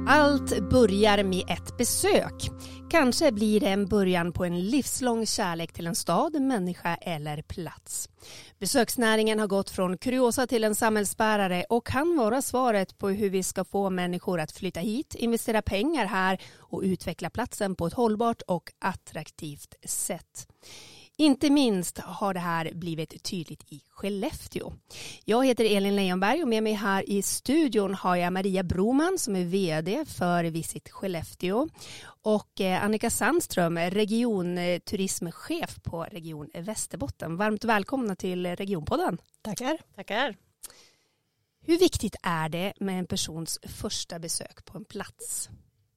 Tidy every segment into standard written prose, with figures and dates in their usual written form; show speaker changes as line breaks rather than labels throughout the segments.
Allt börjar med ett besök. Kanske blir det en början på en livslång kärlek till en stad, människa eller plats. Besöksnäringen har gått från kuriosa till en samhällsbärare och kan vara svaret på hur vi ska få människor att flytta hit, investera pengar här och utveckla platsen på ett hållbart och attraktivt sätt. Inte minst har det här blivit tydligt i Skellefteå. Jag heter Elin Lejonberg och med mig här i studion har jag Maria Broman som är vd för Visit Skellefteå och Annika Sandström, regionturismchef på Region Västerbotten. Varmt välkomna till Regionpodden.
Tackar.
Tackar.
Hur viktigt är det med en persons första besök på en plats?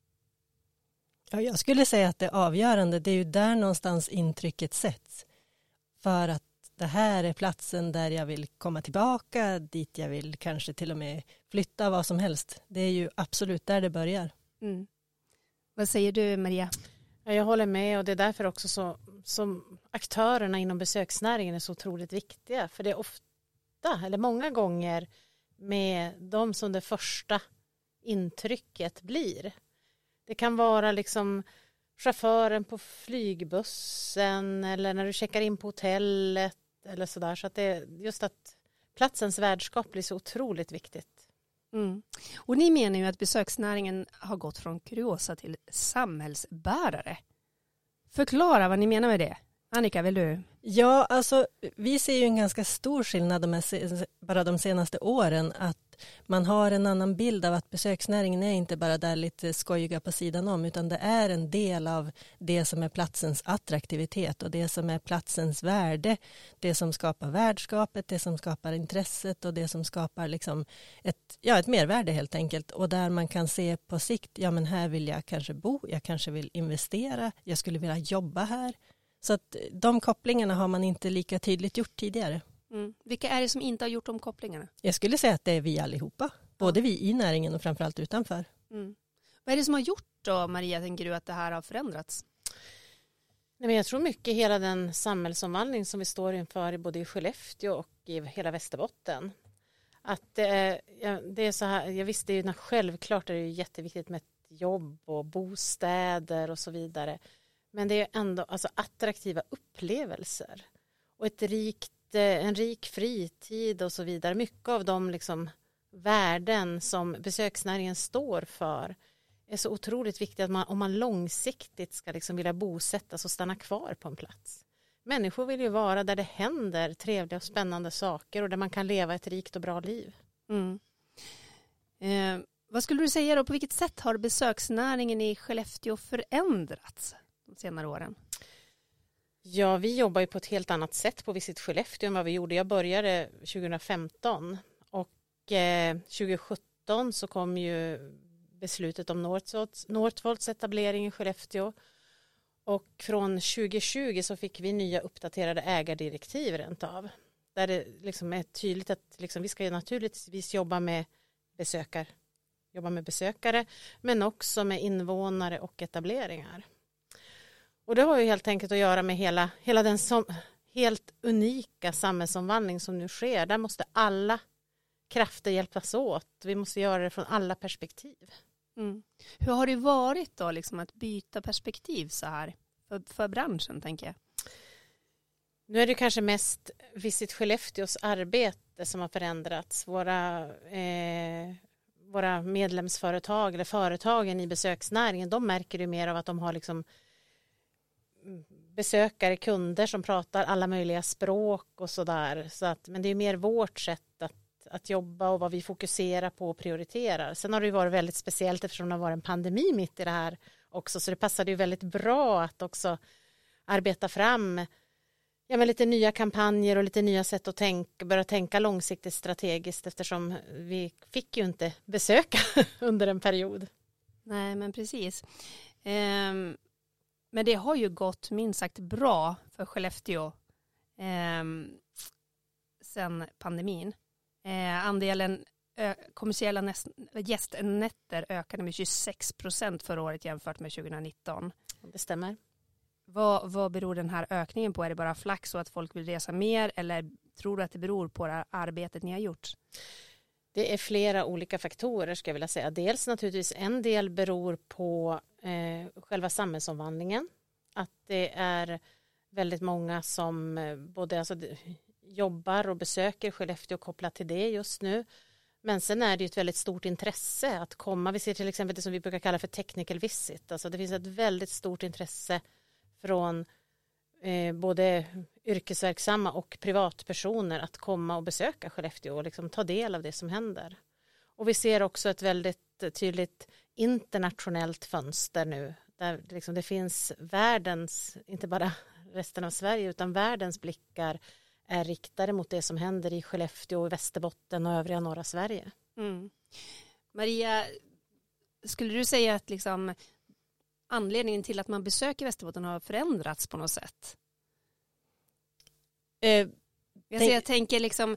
Ja, jag skulle säga att det avgörande, det är ju där någonstans intrycket sätts. För att det här är platsen där jag vill komma tillbaka, dit jag vill kanske till och med flytta, vad som helst. Det är ju absolut där det börjar.
Mm. Vad säger du, Maria?
Ja, jag håller med och det är därför också som aktörerna inom besöksnäringen är så otroligt viktiga. För det är ofta, eller många gånger, med dem som det första intrycket blir. Det kan vara liksom chauffören på flygbussen eller när du checkar in på hotellet eller sådär. Så att det är just att platsens värdskap blir så otroligt viktigt.
Mm. Och ni menar ju att besöksnäringen har gått från kuriosa till samhällsbärare. Förklara vad ni menar med det. Annika, vill du?
Ja, alltså vi ser ju en ganska stor skillnad bara de senaste åren att man har en annan bild av att besöksnäringen är inte bara där lite skojiga på sidan om utan det är en del av det som är platsens attraktivitet och det som är platsens värde, det som skapar värdskapet, det som skapar intresset och det som skapar liksom ett mervärde helt enkelt och där man kan se på sikt, ja men här vill jag kanske bo, jag kanske vill investera, jag skulle vilja jobba här. Så att de kopplingarna har man inte lika tydligt gjort tidigare.
Mm. Vilka är det som inte har gjort de kopplingarna?
Jag skulle säga att det är vi allihopa. Både vi i näringen och framförallt utanför.
Mm. Vad är det som har gjort då, Maria, tänker du att det här har förändrats?
Nej, men jag tror mycket hela den samhällsomvandling som vi står inför både i Skellefteå och i hela Västerbotten. Att det är så här, jag visste ju självklart är det jätteviktigt med ett jobb och bostäder och så vidare. Men det är ändå alltså attraktiva upplevelser och en rik fritid och så vidare. Mycket av de liksom värden som besöksnäringen står för är så otroligt viktigt att om man långsiktigt ska liksom vilja bosätta sig och stanna kvar på en plats. Människor vill ju vara där det händer trevliga och spännande saker och där man kan leva ett rikt och bra liv.
Mm. Vad skulle du säga då, på vilket sätt har besöksnäringen i Skellefteå förändrats de senare åren?
Ja, vi jobbar ju på ett helt annat sätt på Visit Skellefteå än vad vi gjorde. Jag började 2015 och 2017 så kom ju beslutet om Northvolts etablering i Skellefteå. Och från 2020 så fick vi nya uppdaterade ägardirektiv rent av. Där det liksom är tydligt att liksom vi ska ju naturligtvis jobba med besökare men också med invånare och etableringar. Och det har ju helt enkelt att göra med hela den helt unika samhällsomvandling som nu sker. Där måste alla krafter hjälpas åt. Vi måste göra det från alla perspektiv.
Mm. Hur har det varit då liksom att byta perspektiv så här för branschen, tänker jag?
Nu är det kanske mest Visit Skellefteås arbete som har förändrats. Våra medlemsföretag eller företagen i besöksnäringen, de märker ju mer av att de har liksom besökare, kunder som pratar alla möjliga språk och sådär. Men det är mer vårt sätt att jobba och vad vi fokuserar på och prioriterar. Sen har det ju varit väldigt speciellt eftersom det har varit en pandemi mitt i det här också. Så det passade ju väldigt bra att också arbeta fram lite nya kampanjer och lite nya sätt att börja tänka långsiktigt strategiskt eftersom vi fick ju inte besöka under en period.
Nej, men precis. Men det har ju gått minst sagt bra för Skellefteå sedan pandemin. Andelen kommersiella gästnätter ökade med 26% förra året jämfört med 2019.
Det stämmer.
Vad beror den här ökningen på? Är det bara flax så att folk vill resa mer eller tror du att det beror på det här arbetet ni har gjort?
Det är flera olika faktorer ska jag vilja säga. Dels naturligtvis en del beror på själva samhällsomvandlingen. Att det är väldigt många som både jobbar och besöker Skellefteå kopplat till det just nu. Men sen är det ju ett väldigt stort intresse att komma. Vi ser till exempel det som vi brukar kalla för technical visit. Alltså det finns ett väldigt stort intresse från både yrkesverksamma och privatpersoner att komma och besöka Skellefteå och liksom ta del av det som händer. Och vi ser också ett väldigt tydligt internationellt fönster nu där liksom det finns världens, inte bara resten av Sverige utan världens blickar är riktade mot det som händer i Skellefteå, Västerbotten och övriga norra Sverige.
Mm. Maria, skulle du säga att liksom anledningen till att man besöker Västerbotten har förändrats på något sätt? Jag tänker liksom,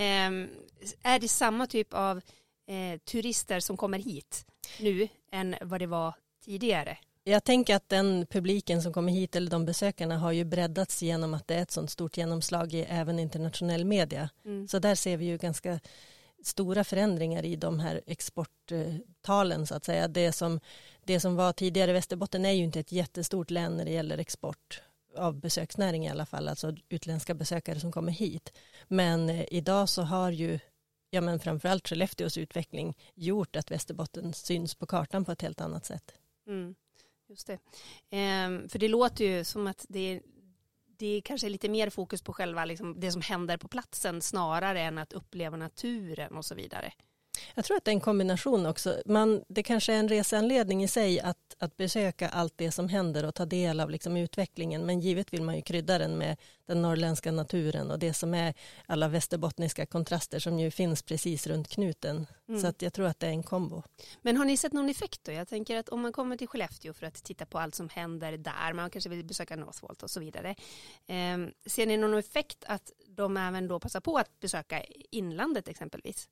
är det samma typ av turister som kommer hit nu än vad det var tidigare?
Jag tänker att den publiken som kommer hit eller de besökarna har ju breddats genom att det är ett sånt stort genomslag i även internationell media. Mm. Så där ser vi ju ganska stora förändringar i de här exporttalen så att säga. Det som var tidigare Västerbotten är ju inte ett jättestort län när det gäller export av besöksnäring i alla fall, alltså utländska besökare som kommer hit. Men idag så har ju framförallt Skellefteås utveckling gjort att Västerbotten syns på kartan på ett helt annat sätt.
Mm. Just det. För det låter ju som att det kanske är lite mer fokus på själva liksom, det som händer på platsen snarare än att uppleva naturen och så vidare.
Jag tror att det är en kombination också. Det kanske är en reseanledning i sig att besöka allt det som händer och ta del av liksom utvecklingen. Men givet vill man ju krydda den med den norrländska naturen och det som är alla västerbottniska kontraster som ju finns precis runt knuten. Mm. Så att jag tror att det är en kombo. Men
har ni sett någon effekt då? Jag tänker att om man kommer till Skellefteå för att titta på allt som händer där, man kanske vill besöka Northvolt och så vidare. Ser ni någon effekt att de även då passar på att besöka inlandet exempelvis?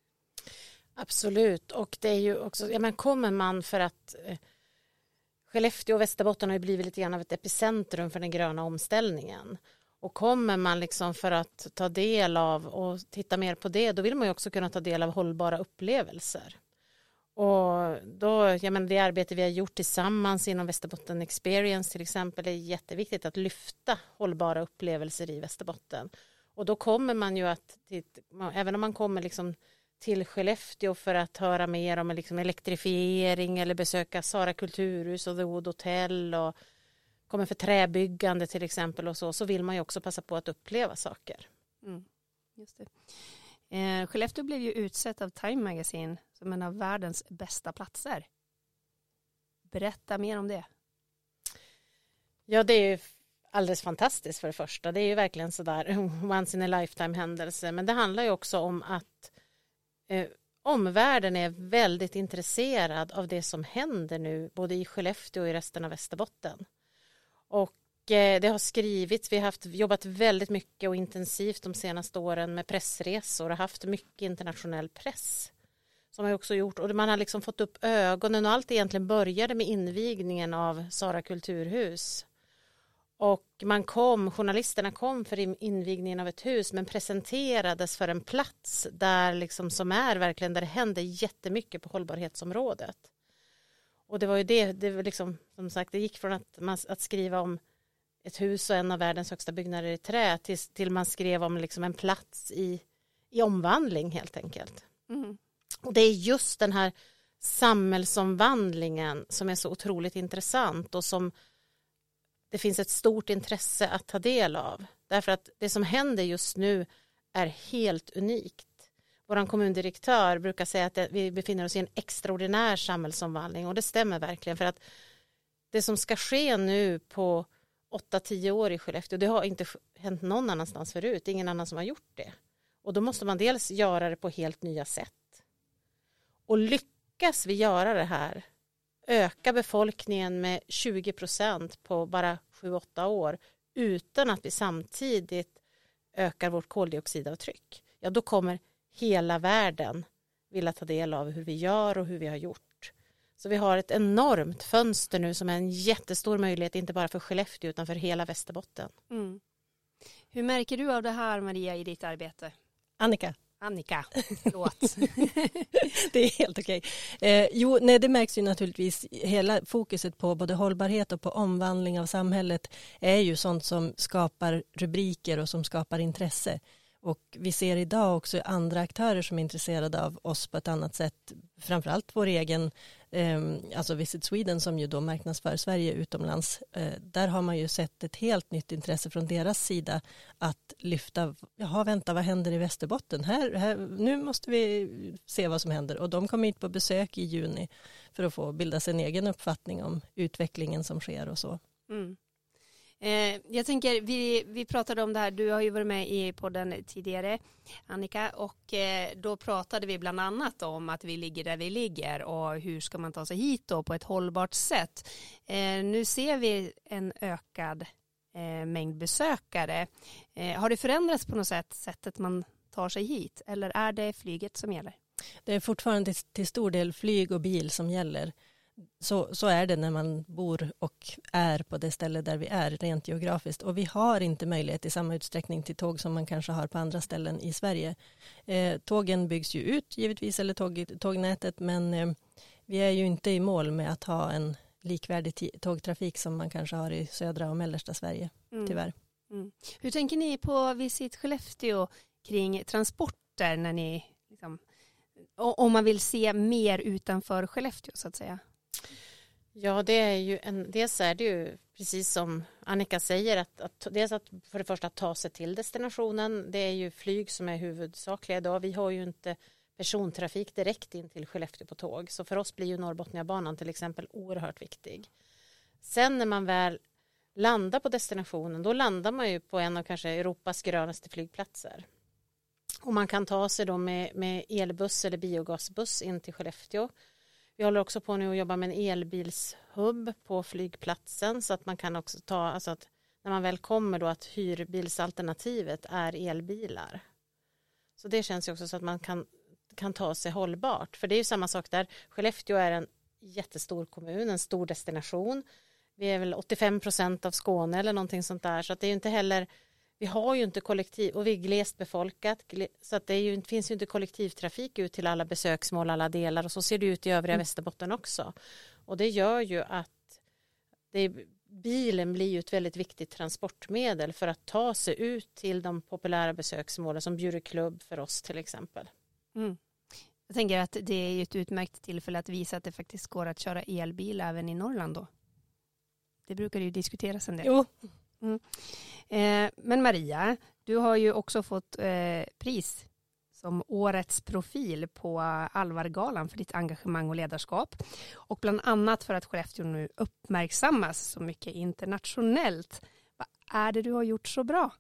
Absolut, och det är ju också, kommer man för att Skellefteå och Västerbotten har ju blivit lite grann av ett epicentrum för den gröna omställningen. Och kommer man liksom för att ta del av och titta mer på det, då vill man ju också kunna ta del av hållbara upplevelser. Och då, det arbete vi har gjort tillsammans inom Västerbotten Experience till exempel är jätteviktigt att lyfta hållbara upplevelser i Västerbotten. Och då kommer man ju att, även om man kommer liksom till Skellefteå för att höra mer om liksom elektrifiering eller besöka Sara kulturhus och The Wood Hotel och kommer för träbyggande till exempel och så vill man ju också passa på att uppleva saker.
Mm, just det. Skellefteå blev ju utsett av Time Magazine som en av världens bästa platser. Berätta mer om det.
Ja, det är ju alldeles fantastiskt för det första. Det är ju verkligen sådär once in a lifetime händelse. Men det handlar ju också om att omvärlden är väldigt intresserad av det som händer nu både i Skellefteå och i resten av Västerbotten. Och det har skrivits, vi har jobbat väldigt mycket och intensivt de senaste åren med pressresor och haft mycket internationell press som har också gjort, och man har liksom fått upp ögonen och allt egentligen började med invigningen av Sara kulturhus. Och journalisterna kom för invigningen av ett hus men presenterades för en plats där liksom som är verkligen där det händer jättemycket på hållbarhetsområdet. Och det var ju det var liksom, som sagt, det gick från att skriva om ett hus och en av världens högsta byggnader i trä till man skrev om liksom en plats i omvandling helt enkelt. Mm. Och det är just den här samhällsomvandlingen som är så otroligt intressant och som det finns ett stort intresse att ta del av. Därför att det som händer just nu är helt unikt. Vår kommundirektör brukar säga att vi befinner oss i en extraordinär samhällsomvandling. Och det stämmer verkligen. För att det som ska ske nu på 8-10 år i Skellefteå, det har inte hänt någon annanstans förut. Det är ingen annan som har gjort det. Och då måste man dels göra det på helt nya sätt. Och lyckas vi göra det här, öka befolkningen med 20% på bara 7-8 år utan att vi samtidigt ökar vårt koldioxidavtryck. Ja, då kommer hela världen vilja ta del av hur vi gör och hur vi har gjort. Så vi har ett enormt fönster nu som är en jättestor möjlighet, inte bara för Skellefteå utan för hela Västerbotten.
Mm. Hur märker du av det här, Maria, i ditt arbete?
Annika,
Annika, förlåt.
Det är helt okej. Det märks ju naturligtvis. Hela fokuset på både hållbarhet och på omvandling av samhället är ju sånt som skapar rubriker och som skapar intresse. Och vi ser idag också andra aktörer som är intresserade av oss på ett annat sätt. Framförallt vår egen, alltså Visit Sweden som ju då marknadsför Sverige utomlands. Där har man ju sett ett helt nytt intresse från deras sida att lyfta, vad händer i Västerbotten? Nu måste vi se vad som händer. Och de kommer hit på besök i juni för att få bilda sin egen uppfattning om utvecklingen som sker och så.
Mm. Jag tänker, vi pratade om det här, du har ju varit med i podden tidigare, Annika, och då pratade vi bland annat om att vi ligger där vi ligger och hur ska man ta sig hit då på ett hållbart sätt. Nu ser vi en ökad mängd besökare. Har det förändrats på något sätt, sättet man tar sig hit, eller är det flyget som gäller?
Det är fortfarande till stor del flyg och bil som gäller. Så är det när man bor och är på det ställe där vi är rent geografiskt. Och vi har inte möjlighet i samma utsträckning till tåg som man kanske har på andra ställen i Sverige. Tågen byggs ju ut givetvis, eller tågnätet, men vi är ju inte i mål med att ha en likvärdig tågtrafik som man kanske har i södra och mellersta Sverige, tyvärr.
Mm. Hur tänker ni på Visit Skellefteå kring transporter när ni, liksom, om man vill se mer utanför Skellefteå så att säga?
Ja, det är ju dels är det ju precis som Annika säger att dels att för det första ta sig till destinationen. Det är ju flyg som är huvudsakliga idag. Vi har ju inte persontrafik direkt in till Skellefteå på tåg. Så för oss blir ju Norrbotniabanan till exempel oerhört viktig. Sen när man väl landar på destinationen, då landar man ju på en av kanske Europas grönaste flygplatser. Och man kan ta sig då med elbuss eller biogasbuss in till Skellefteå. Vi håller också på nu att jobba med en elbilshubb på flygplatsen så att man kan också alltså att när man väl kommer då att hyrbilsalternativet är elbilar. Så det känns ju också så att man kan ta sig hållbart. För det är ju samma sak där. Skellefteå är en jättestor kommun, en stor destination. Vi är väl 85% av Skåne eller någonting sånt där. Så att det är ju inte heller, vi har ju inte kollektiv, och vi är glest befolkat. Så att det finns ju inte kollektivtrafik ut till alla besöksmål, alla delar. Och så ser det ut i övriga Västerbotten också. Och det gör ju att bilen blir ju ett väldigt viktigt transportmedel för att ta sig ut till de populära besöksmålen som Bjurklubb för oss till exempel. Mm.
Jag tänker att det är ett utmärkt tillfälle att visa att det faktiskt går att köra elbil även i Norrland då. Det brukar ju diskuteras en del.
Jo.
Mm. Men Maria, du har ju också fått pris som årets profil på Alvargalan för ditt engagemang och ledarskap. Och bland annat för att Skellefteå nu uppmärksammas så mycket internationellt. Vad är det du har gjort så bra?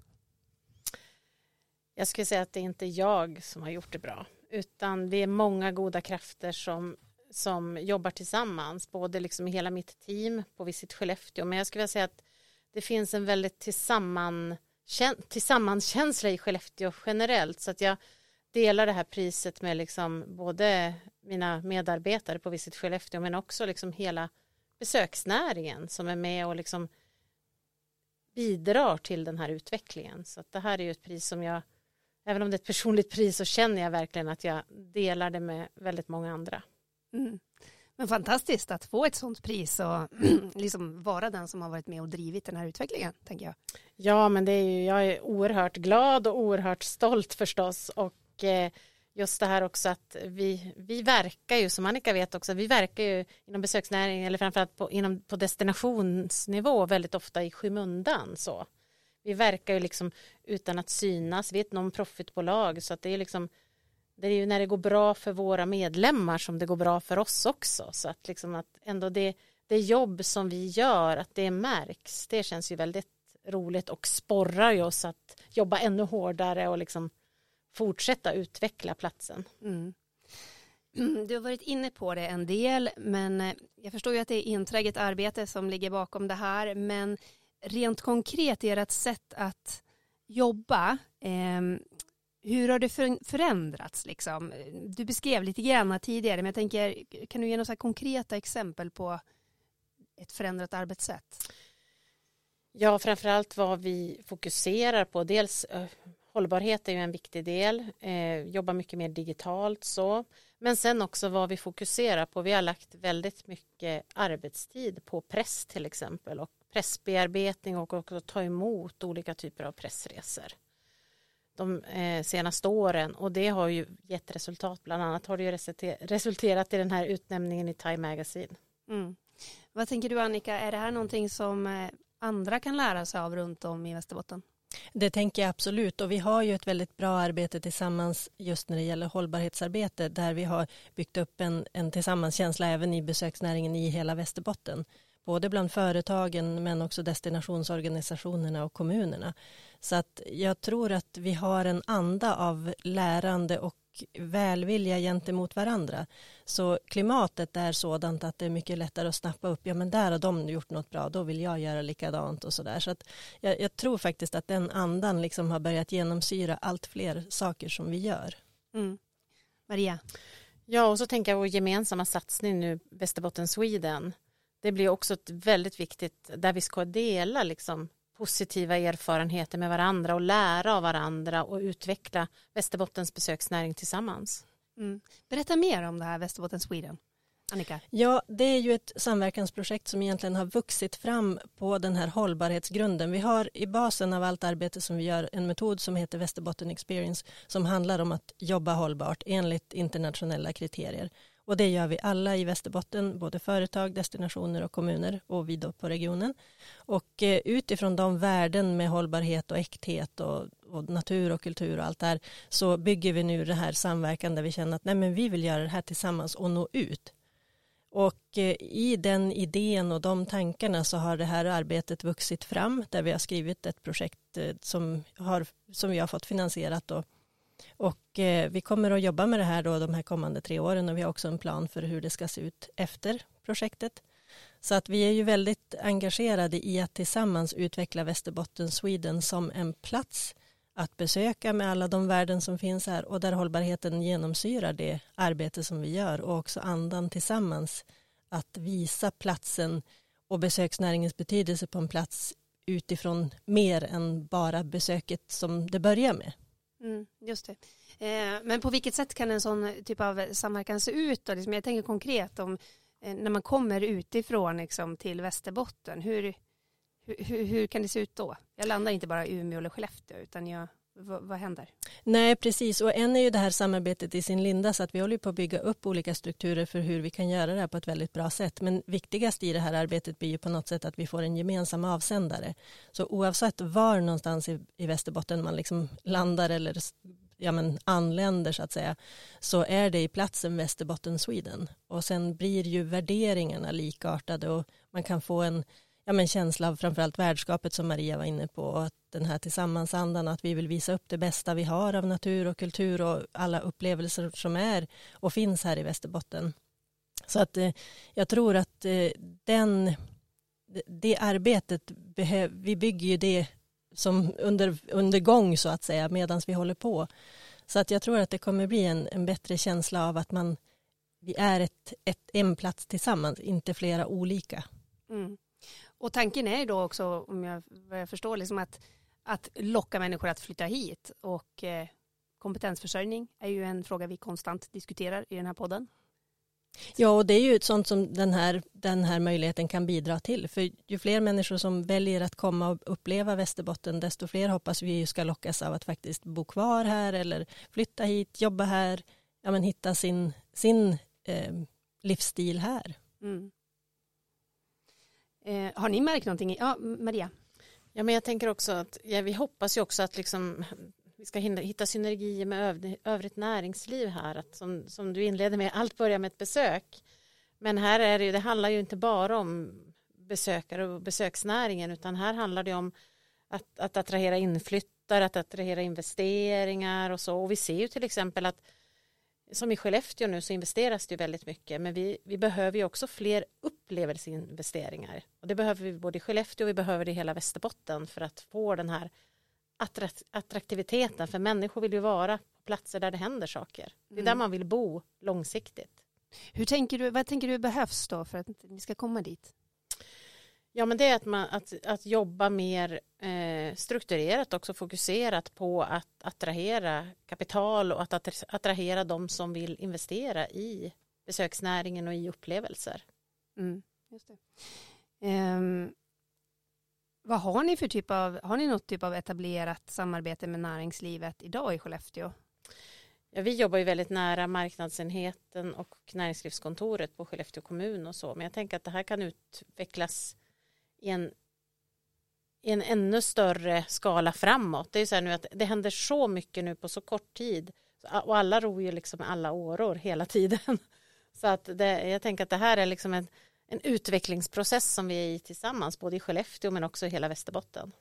Jag skulle säga att det är inte jag som har gjort det bra. Utan vi är många goda krafter som jobbar tillsammans. Både liksom i hela mitt team på Visit Skellefteå. Men jag skulle vilja säga att det finns en väldigt tillsammanskänsla i Skellefteå generellt. Så att jag delar det här priset med liksom både mina medarbetare på Visit Skellefteå men också liksom hela besöksnäringen som är med och liksom bidrar till den här utvecklingen. Så att det här är ju ett pris som jag, även om det är ett personligt pris, så känner jag verkligen att jag delar det med väldigt många andra.
Mm. Men fantastiskt att få ett sånt pris och liksom vara den som har varit med och drivit den här utvecklingen, tänker jag.
Ja, men jag är oerhört glad och oerhört stolt förstås. Och just det här också att vi verkar ju, som Annika vet också, vi verkar ju inom besöksnäringen eller framförallt på destinationsnivå väldigt ofta i skymundan så. Vi verkar ju liksom utan att synas. Vi är ett non-profitbolag så att det är liksom, det är ju när det går bra för våra medlemmar som det går bra för oss också. Så att liksom att ändå det jobb som vi gör, att det märks, det känns ju väldigt roligt och sporrar ju oss att jobba ännu hårdare och liksom fortsätta utveckla platsen.
Mm. Du har varit inne på det en del, men jag förstår ju att det är enträget arbete som ligger bakom det här, men rent konkret är ert sätt att jobba, hur har det förändrats liksom? Du beskrev lite grann tidigare, men jag tänker, kan du ge några konkreta exempel på ett förändrat arbetssätt?
Ja, framförallt vad vi fokuserar på. Dels hållbarhet är ju en viktig del, jobba mycket mer digitalt så. Men sen också vad vi fokuserar på. Vi har lagt väldigt mycket arbetstid på press till exempel och pressbearbetning och också ta emot olika typer av pressresor de senaste åren. Och det har ju gett resultat. Bland annat har det ju resulterat i den här utnämningen i Time Magazine.
Mm. Vad tänker du, Annika? Är det här någonting som andra kan lära sig av runt om i Västerbotten?
Det tänker jag absolut, och vi har ju ett väldigt bra arbete tillsammans just när det gäller hållbarhetsarbete där vi har byggt upp en tillsammanskänsla även i besöksnäringen i hela Västerbotten. Både bland företagen men också destinationsorganisationerna och kommunerna. Så att jag tror att vi har en anda av lärande och välvilja gentemot varandra. Så klimatet är sådant att det är mycket lättare att snappa upp. Ja, men där har de gjort något bra, då vill jag göra likadant och sådär. Så att jag tror faktiskt att den andan liksom har börjat genomsyra allt fler saker som vi gör.
Mm. Maria?
Ja, och så tänker jag vår gemensamma satsning nu, Västerbotten Sweden. Det blir också ett väldigt viktigt där vi ska dela liksom positiva erfarenheter med varandra och lära av varandra och utveckla Västerbottens besöksnäring tillsammans.
Mm. Berätta mer om det här Västerbotten Sweden. Annika?
Ja, det är ju ett samverkansprojekt som egentligen har vuxit fram på den här hållbarhetsgrunden. Vi har i basen av allt arbete som vi gör en metod som heter Västerbotten Experience som handlar om att jobba hållbart enligt internationella kriterier. Och det gör vi alla i Västerbotten, både företag, destinationer och kommuner och vi då på regionen. Och utifrån de värden med hållbarhet och äkthet och natur och kultur och allt det här så bygger vi nu det här samverkan där vi känner att nej, men vi vill göra det här tillsammans och nå ut. Och i den idén och de tankarna så har det här arbetet vuxit fram där vi har skrivit ett projekt som vi har fått finansierat då. Och vi kommer att jobba med det här då de här kommande 3 åren och vi har också en plan för hur det ska se ut efter projektet. Så att vi är ju väldigt engagerade i att tillsammans utveckla Västerbotten Sweden som en plats att besöka med alla de värden som finns här och där hållbarheten genomsyrar det arbete som vi gör och också andan tillsammans att visa platsen och besöksnäringens betydelse på en plats utifrån mer än bara besöket som det börjar med.
Mm, just det. Men på vilket sätt kan en sån typ av samverkan se ut då? Liksom jag tänker konkret om när man kommer utifrån liksom, till Västerbotten. Hur kan det se ut då? Jag landar inte bara i Umeå eller Skellefteå utan vad händer?
Nej, precis. Och än är ju det här samarbetet i sin linda så att vi håller på att bygga upp olika strukturer för hur vi kan göra det här på ett väldigt bra sätt. Men viktigast i det här arbetet blir ju på något sätt att vi får en gemensam avsändare. Så oavsett var någonstans i Västerbotten man liksom landar eller anländer så att säga så är det i platsen Västerbotten Sweden. Och sen blir ju värderingarna likartade och man kan få en känsla av framförallt värdskapet som Maria var inne på och att den här tillsammansandan att vi vill visa upp det bästa vi har av natur och kultur och alla upplevelser som är och finns här i Västerbotten. Så att jag tror att det arbetet vi bygger ju det som under gång så att säga medan vi håller på. Så att jag tror att det kommer bli en bättre känsla av att vi är en plats tillsammans, inte flera olika.
Mm. Och tanken är då också, om jag förstår, liksom att locka människor att flytta hit. Och kompetensförsörjning är ju en fråga vi konstant diskuterar i den här podden.
Ja, och det är ju ett sånt som den här möjligheten kan bidra till. För ju fler människor som väljer att komma och uppleva Västerbotten, desto fler hoppas vi ska lockas av att faktiskt bo kvar här eller flytta hit, jobba här, hitta sin livsstil här.
Mm. Har ni märkt någonting? Ja, Maria?
Ja, men jag tänker också att vi hoppas ju också att liksom, vi ska hitta synergier med övrigt näringsliv här. Att som du inledde med, allt börjar med ett besök. Men här det handlar ju inte bara om besökare och besöksnäringen utan här handlar det om att attrahera inflyttare, att attrahera investeringar och så. Och vi ser ju till exempel att som i Skellefteå nu så investeras det ju väldigt mycket men vi behöver ju också fler upplevelseinvesteringar och det behöver vi både i Skellefteå och vi behöver det i hela Västerbotten för att få den här attraktiviteten för människor vill ju vara på platser där det händer saker. Det är där man vill bo långsiktigt.
Vad tänker du behövs då för att ni ska komma dit?
Ja, men det är att jobba mer strukturerat, också fokuserat på att attrahera kapital och att attrahera de som vill investera i besöksnäringen och i upplevelser.
Just det. Vad har ni har ni något typ av etablerat samarbete med näringslivet idag i Skellefteå?
Ja, vi jobbar ju väldigt nära marknadsenheten och näringslivskontoret på Skellefteå kommun och så, men jag tänker att det här kan utvecklas i en ännu större skala framåt. Det är ju så här nu att det händer så mycket nu på så kort tid och alla ror ju liksom alla åror hela tiden. Så att jag tänker att det här är liksom en utvecklingsprocess som vi är i tillsammans, både i Skellefteå men också i hela Västerbotten.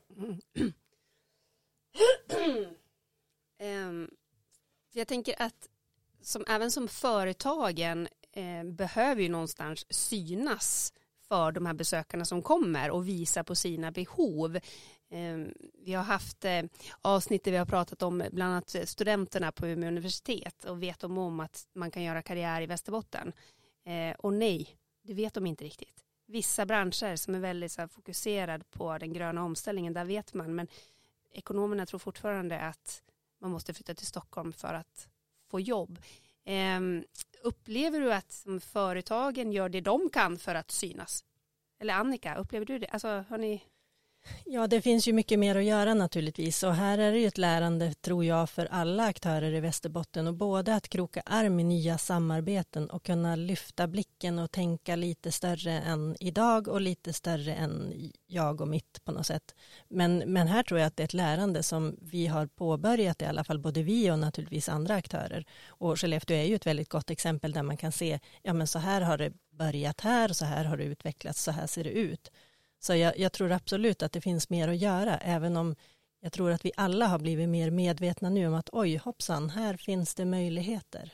Jag tänker att även som företagen behöver ju någonstans synas för de här besökarna som kommer och visa på sina behov. Vi har haft avsnitt där vi har pratat om bland annat studenterna på Umeå universitet och vet om att man kan göra karriär i Västerbotten. Och nej, det vet de inte riktigt. Vissa branscher som är väldigt så här, fokuserad på den gröna omställningen, där vet man, men ekonomerna tror fortfarande att man måste flytta till Stockholm för att få jobb. Upplever du att företagen gör det de kan för att synas? Eller Annika, upplever du det? Alltså, har ni...
Ja, det finns ju mycket mer att göra naturligtvis, och här är det ju ett lärande, tror jag, för alla aktörer i Västerbotten, och både att kroka arm i nya samarbeten och kunna lyfta blicken och tänka lite större än idag och lite större än jag och mitt på något sätt. Men här tror jag att det är ett lärande som vi har påbörjat, i alla fall både vi och naturligtvis andra aktörer, och Skellefteå är ju ett väldigt gott exempel där man kan se, ja men så här har det börjat här, så här har det utvecklats, så här ser det ut. Så jag tror absolut att det finns mer att göra, även om jag tror att vi alla har blivit mer medvetna nu om att oj hoppsan, här finns det möjligheter.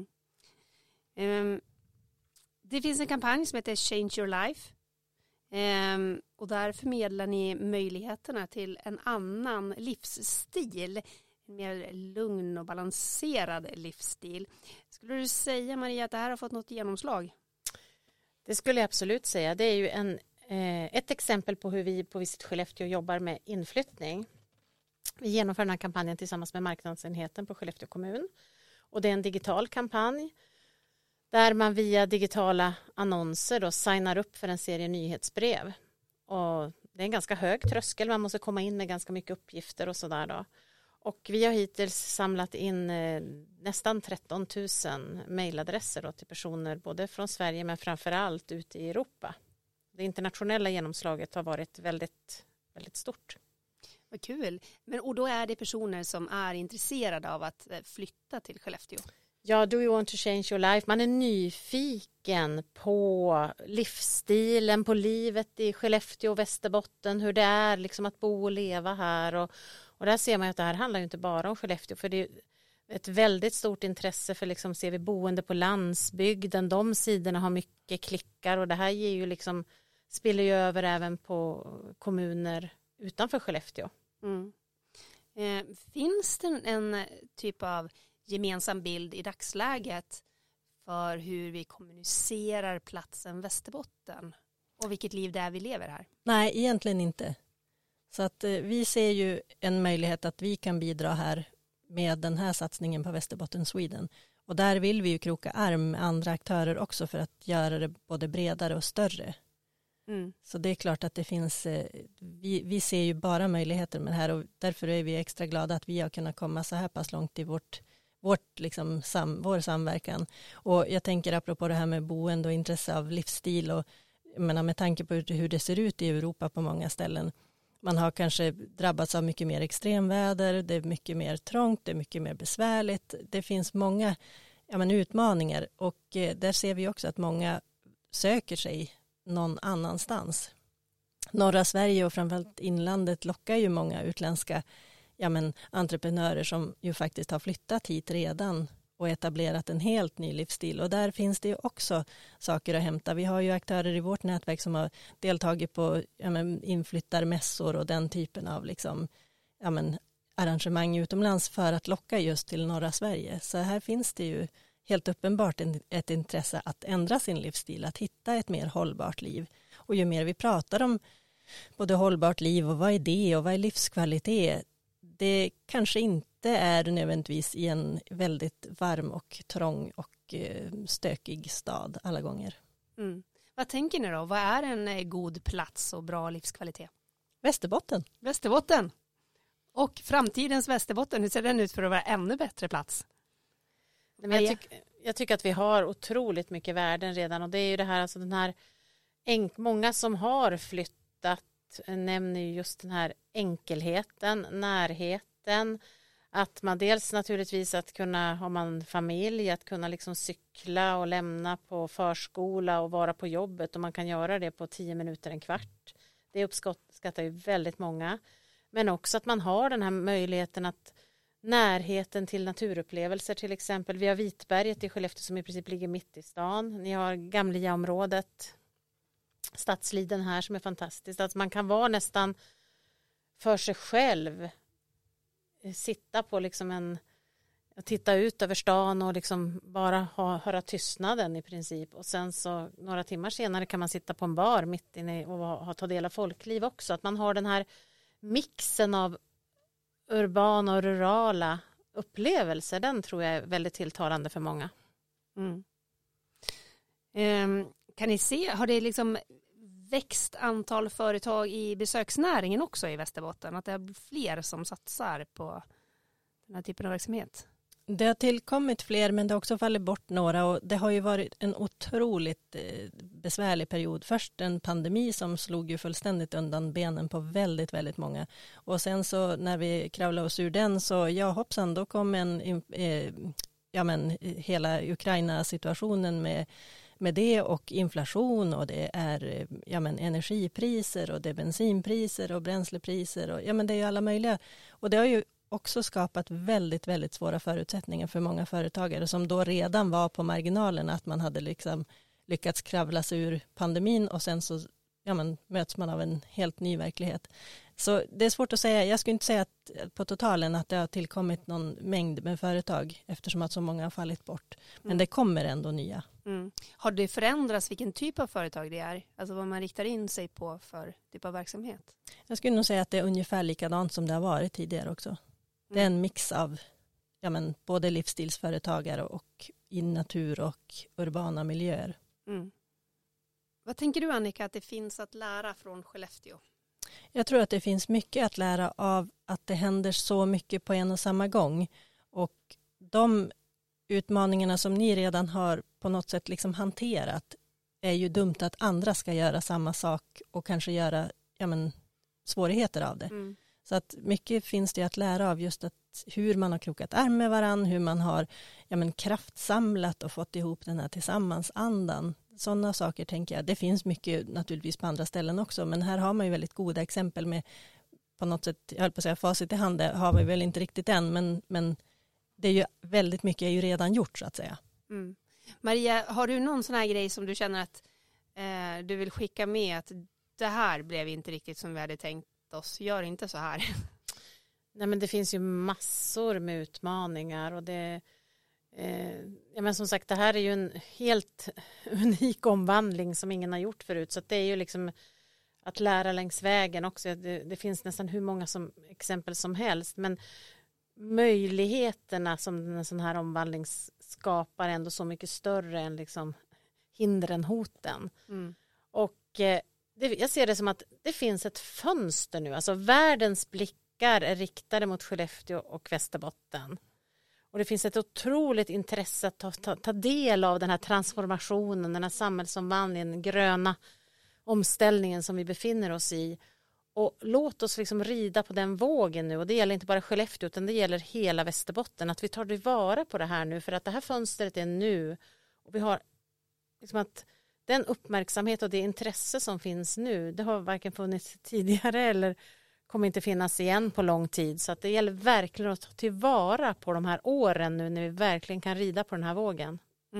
Det finns en kampanj som heter Change Your Life, och där förmedlar ni möjligheterna till en annan livsstil, en mer lugn och balanserad livsstil. Skulle du säga, Maria, att det här har fått något genomslag?
Det skulle jag absolut säga. Det är ju ett exempel på hur vi på Visit Skellefteå jobbar med inflyttning. Vi genomför den här kampanjen tillsammans med marknadsenheten på Skellefteå kommun. Och det är en digital kampanj där man via digitala annonser då signar upp för en serie nyhetsbrev. Och det är en ganska hög tröskel, man måste komma in med ganska mycket uppgifter och sådär då. Och vi har hittills samlat in nästan 13 000 mejladresser då till personer både från Sverige men framförallt ute i Europa. Det internationella genomslaget har varit väldigt, väldigt stort.
Vad kul. Och då är det personer som är intresserade av att flytta till Skellefteå?
Ja, do you want to change your life? Man är nyfiken på livsstilen, på livet i Skellefteå och Västerbotten, hur det är liksom att bo och leva här. Och där ser man att det här handlar ju inte bara om Skellefteå, för det är ett väldigt stort intresse för liksom, ser vi boende på landsbygden, de sidorna har mycket klickar, och det här ger ju liksom, spiller ju över även på kommuner utanför Skellefteå.
Finns det en typ av gemensam bild i dagsläget för hur vi kommunicerar platsen Västerbotten och vilket liv det är vi lever här?
Nej, egentligen inte. Så att vi ser ju en möjlighet att vi kan bidra här med den här satsningen på Västerbotten Sweden. Och där vill vi ju kroka arm med andra aktörer också för att göra det både bredare och större. Så det är klart att det finns, vi ser ju bara möjligheter med det här, och därför är vi extra glada att vi har kunnat komma så här pass långt i vår samverkan. Och jag tänker apropå det här med boende och intresse av livsstil, och jag menar, med tanke på hur det ser ut i Europa på många ställen. Man har kanske drabbats av mycket mer extremväder, det är mycket mer trångt, det är mycket mer besvärligt. Det finns många utmaningar, och där ser vi också att många söker sig någon annanstans. Norra Sverige och framförallt inlandet lockar ju många utländska entreprenörer som ju faktiskt har flyttat hit redan och etablerat en helt ny livsstil. Och där finns det ju också saker att hämta. Vi har ju aktörer i vårt nätverk som har deltagit på inflyttarmässor och den typen av arrangemang utomlands för att locka just till norra Sverige. Så här finns det ju helt uppenbart ett intresse att ändra sin livsstil, att hitta ett mer hållbart liv. Och ju mer vi pratar om både hållbart liv och vad är det och vad är livskvalitet, det kanske inte är nödvändigtvis i en väldigt varm och trång och stökig stad alla gånger.
Mm. Vad tänker ni då? Vad är en god plats och bra livskvalitet?
Västerbotten.
Västerbotten. Och framtidens Västerbotten, hur ser den ut för att vara ännu bättre plats?
Men jag tycker att vi har otroligt mycket värden redan, och det är ju det här, alltså den här många som har flyttat nämner ju just den här enkelheten, närheten, att man dels naturligtvis att kunna, har man familj, att kunna liksom cykla och lämna på förskola och vara på jobbet, och man kan göra det på 10 minuter, en kvart. Det uppskattar ju väldigt många. Men också att man har den här möjligheten att närheten till naturupplevelser, till exempel. Vi har Vitberget i Skellefteå som i princip ligger mitt i stan. Ni har Gamlia-området, Stadsliden här som är fantastiskt. Att man kan vara nästan för sig själv, sitta på liksom titta ut över stan och liksom bara höra tystnaden i princip. Och sen så några timmar senare kan man sitta på en bar mitt inne och ta del av folkliv också. Att man har den här mixen av urbana och rurala upplevelser, den tror jag är väldigt tilltalande för många.
Mm. Kan ni se, har det liksom växt antal företag i besöksnäringen också i Västerbotten? Att det är fler som satsar på den här typen av verksamhet?
Det har tillkommit fler, men det har också fallit bort några, och det har ju varit en otroligt besvärlig period. Först en pandemi som slog ju fullständigt undan benen på väldigt, väldigt många. Och sen så när vi kravlade oss ur den så hoppsan, då kom hela Ukraina-situationen med det och inflation, och det är energipriser och det är bensinpriser och bränslepriser och det är ju alla möjliga. Och det har ju också skapat väldigt, väldigt svåra förutsättningar för många företagare som då redan var på marginalen, att man hade liksom lyckats kravla sig ur pandemin, och sen så möts man av en helt ny verklighet. Så det är svårt att säga. Jag skulle inte säga att på totalen att det har tillkommit någon mängd med företag, eftersom att så många har fallit bort. Men det kommer ändå nya.
Mm. Har det förändrats vilken typ av företag det är? Alltså vad man riktar in sig på för typ av verksamhet?
Jag skulle nog säga att det är ungefär likadant som det har varit tidigare också. Det är en mix av både livsstilsföretagare och i natur och urbana miljöer.
Mm. Vad tänker du, Annika, att det finns att lära från Skellefteå?
Jag tror att det finns mycket att lära av att det händer så mycket på en och samma gång. Och de utmaningarna som ni redan har på något sätt liksom hanterat, är ju dumt att andra ska göra samma sak och kanske göra svårigheter av det. Mm. Så att mycket finns det att lära av, just att hur man har krokat arm med varann, hur man har kraftsamlat och fått ihop den här tillsammansandan. Sådana saker tänker jag. Det finns mycket naturligtvis på andra ställen också, men här har man ju väldigt goda exempel med, på något sätt, jag höll på att säga facit i hand, det har vi väl inte riktigt än, men det är ju väldigt mycket är ju redan gjort så att säga.
Mm. Maria, har du någon sån här grej som du känner att du vill skicka med, att det här blev inte riktigt som vi hade tänkt oss, gör inte så här?
Nej, men det finns ju massor med utmaningar, och det men som sagt, det här är ju en helt unik omvandling som ingen har gjort förut, så att det är ju liksom att lära längs vägen också. Det finns nästan hur många exempel som helst, men möjligheterna som en sån här omvandling skapar ändå så mycket större än liksom hindren, hoten. Mm. Och jag ser det som att det finns ett fönster nu, alltså världens blickar är riktade mot Skellefteå och Västerbotten. Och det finns ett otroligt intresse att ta del av den här transformationen, den här samhällsomvandlingen, den gröna omställningen som vi befinner oss i. Och låt oss liksom rida på den vågen nu, och det gäller inte bara Skellefteå utan det gäller hela Västerbotten, att vi tar tillvara på det här nu, för att det här fönstret är nu, och vi har liksom att den uppmärksamhet och det intresse som finns nu, det har varken funnits tidigare eller kommer inte finnas igen på lång tid, så att det gäller verkligen att ta tillvara på de här åren nu när vi verkligen kan rida på den här vågen.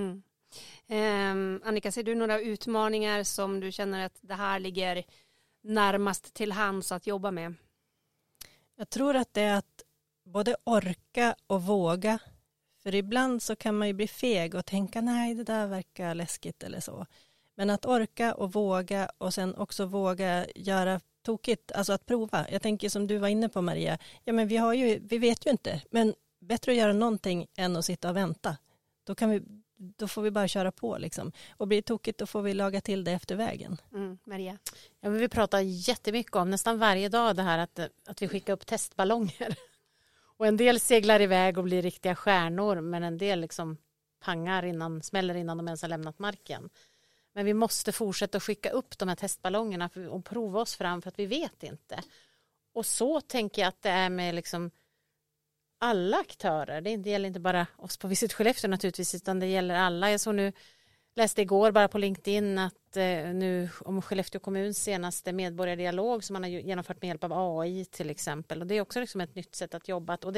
Mm. Annika, ser du några utmaningar som du känner att det här ligger närmast till hands att jobba med?
Jag tror att det är att både orka och våga. För ibland så kan man ju bli feg och tänka nej, det där verkar läskigt eller så. Men att orka och våga och sen också våga göra tokigt, alltså att prova. Jag tänker som du var inne på Maria, ja men vi vet ju inte, men bättre att göra någonting än att sitta och vänta. Då får vi bara köra på liksom. Och blir det tokigt då får vi laga till det efter vägen.
Maria?
Ja, men vi pratar jättemycket om nästan varje dag det här att vi skickar upp testballonger. Och en del seglar iväg och blir riktiga stjärnor, men en del liksom smäller innan de ens har lämnat marken. Men vi måste fortsätta att skicka upp de här testballongerna och prova oss fram för att vi vet inte. Och så tänker jag att det är med liksom alla aktörer. Det gäller inte bara oss på Visit Skellefteå naturligtvis, utan det gäller alla. Jag läste igår bara på LinkedIn att nu om Skellefteå kommuns senaste medborgardialog som man har genomfört med hjälp av AI till exempel. Och det är också liksom ett nytt sätt att jobba. Och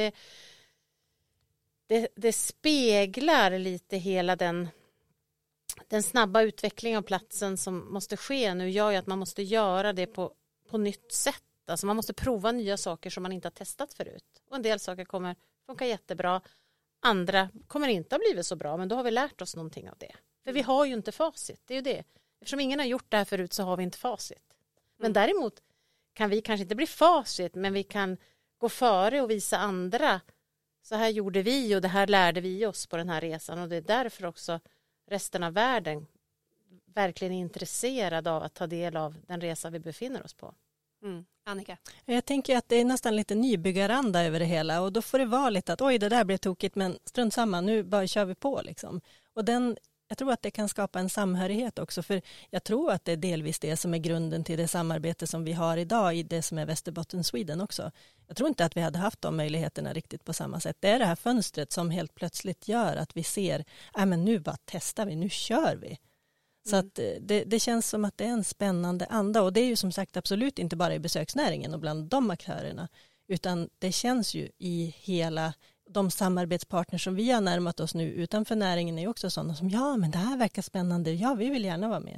det speglar lite hela den snabba utveckling av platsen som måste ske nu gör ju att man måste göra det på nytt sätt. Alltså man måste prova nya saker som man inte har testat förut. Och en del saker kommer funka jättebra. Andra kommer inte ha blivit så bra, men då har vi lärt oss någonting av det. För vi har ju inte facit, det är ju det. Eftersom ingen har gjort det här förut så har vi inte facit. Men däremot kan vi kanske inte bli facit, men vi kan gå före och visa andra. Så här gjorde vi och det här lärde vi oss på den här resan. Och det är därför också resten av världen verkligen är intresserad av att ta del av den resa vi befinner oss på.
Annika?
Jag tänker att det är nästan lite nybyggaranda över det hela och då får det vara lite att oj det där blev tokigt men strunt samma, nu bara kör vi på liksom. Och jag tror att det kan skapa en samhörighet också, för jag tror att det är delvis det som är grunden till det samarbete som vi har idag i det som är Västerbotten Sweden också. Jag tror inte att vi hade haft de möjligheterna riktigt på samma sätt. Det är det här fönstret som helt plötsligt gör att vi ser, men nu bara testar vi, nu kör vi. Så att det känns som att det är en spännande anda och det är ju som sagt absolut inte bara i besöksnäringen och bland de aktörerna utan det känns ju i hela de samarbetspartners som vi har närmat oss nu utanför näringen är också sådana som ja men det här verkar spännande, ja vi vill gärna vara med.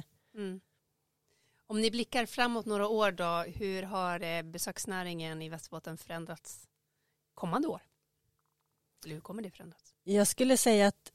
Om ni blickar framåt några år då, hur har besöksnäringen i Västerbotten förändrats kommande år? Eller hur kommer det förändras? Jag
skulle säga att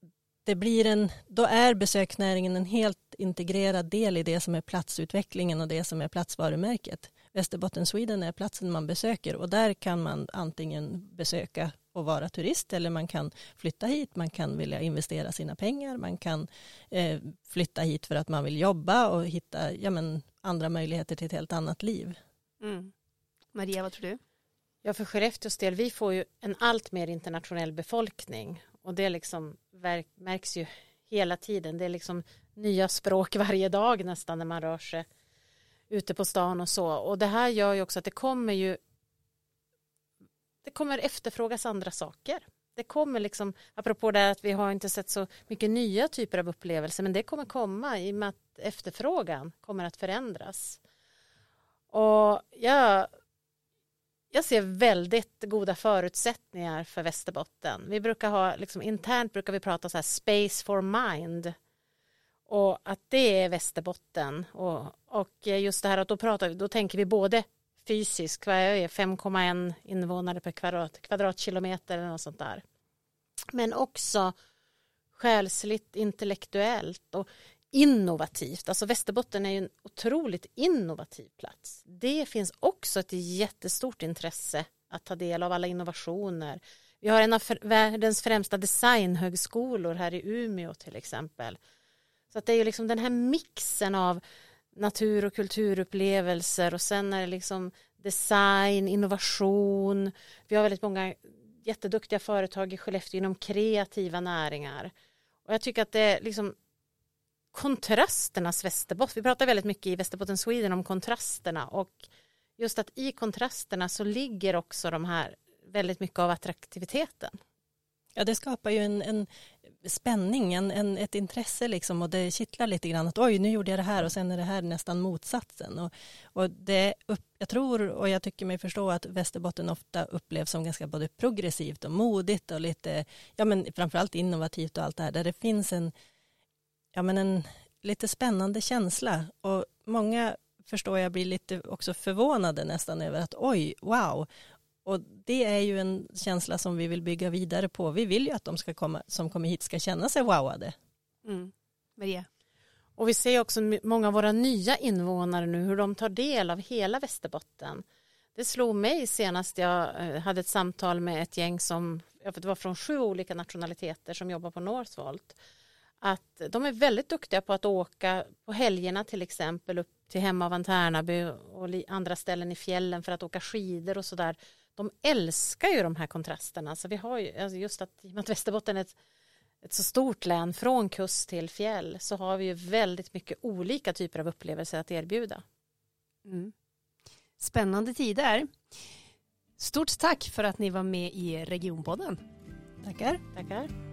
då är besöksnäringen en helt integrerad del i det som är platsutvecklingen och det som är platsvarumärket. Västerbotten Sweden är platsen man besöker och där kan man antingen besöka och vara turist eller man kan flytta hit, man kan vilja investera sina pengar, man kan flytta hit för att man vill jobba och hitta andra möjligheter till ett helt annat liv.
Maria, vad tror du?
Ja, för Skellefteås del, vi får ju en allt mer internationell befolkning och det liksom märks ju hela tiden. Det är liksom nya språk varje dag nästan när man rör sig ute på stan och så. Och det här gör ju också att det kommer efterfrågas andra saker. Det kommer liksom, apropå det att vi har inte sett så mycket nya typer av upplevelser, men det kommer komma i och med att efterfrågan kommer att förändras. Och jag ser väldigt goda förutsättningar för Västerbotten. Vi brukar ha, internt brukar vi prata så här space for mind. Och att det är Västerbotten. Och just det här att då tänker vi både fysiskt, vad är 5,1 invånare per kvadratkilometer eller något sånt där. Men också själsligt, intellektuellt och innovativt. Alltså Västerbotten är ju en otroligt innovativ plats. Det finns också ett jättestort intresse att ta del av alla innovationer. Vi har en av världens främsta designhögskolor här i Umeå till exempel. Så att det är ju liksom den här mixen av natur- och kulturupplevelser och sen är det liksom design, innovation. Vi har väldigt många jätteduktiga företag i Skellefteå inom kreativa näringar. Och jag tycker att det är liksom kontrasternas Västerbotten. Vi pratar väldigt mycket i Västerbotten Sweden om kontrasterna och just att i kontrasterna så ligger också de här väldigt mycket av attraktiviteten.
Ja, det skapar ju en spänning, ett intresse liksom och det kittlar lite grann att oj, nu gjorde jag det här och sen är det här nästan motsatsen. Och jag tror och jag tycker mig förstå att Västerbotten ofta upplevs som ganska både progressivt och modigt och lite, framförallt innovativt och allt det här där det finns en lite spännande känsla och många förstår jag blir lite också förvånade nästan över att oj, wow. Och det är ju en känsla som vi vill bygga vidare på. Vi vill ju att de som kommer hit ska känna sig wowade.
Maria?
Och vi ser också många av våra nya invånare nu hur de tar del av hela Västerbotten. Det slog mig senast jag hade ett samtal med ett gäng som det var från 7 olika nationaliteter som jobbar på Northvolt. Att de är väldigt duktiga på att åka på helgerna till exempel upp till Hemavan, Tärnaby och andra ställen i fjällen för att åka skidor och sådär. De älskar ju de här kontrasterna. Så vi har ju, alltså just att Västerbotten är ett så stort län från kust till fjäll, så har vi ju väldigt mycket olika typer av upplevelser att erbjuda.
Mm. Spännande tider. Stort tack för att ni var med i Regionpodden.
Tackar.
Tackar.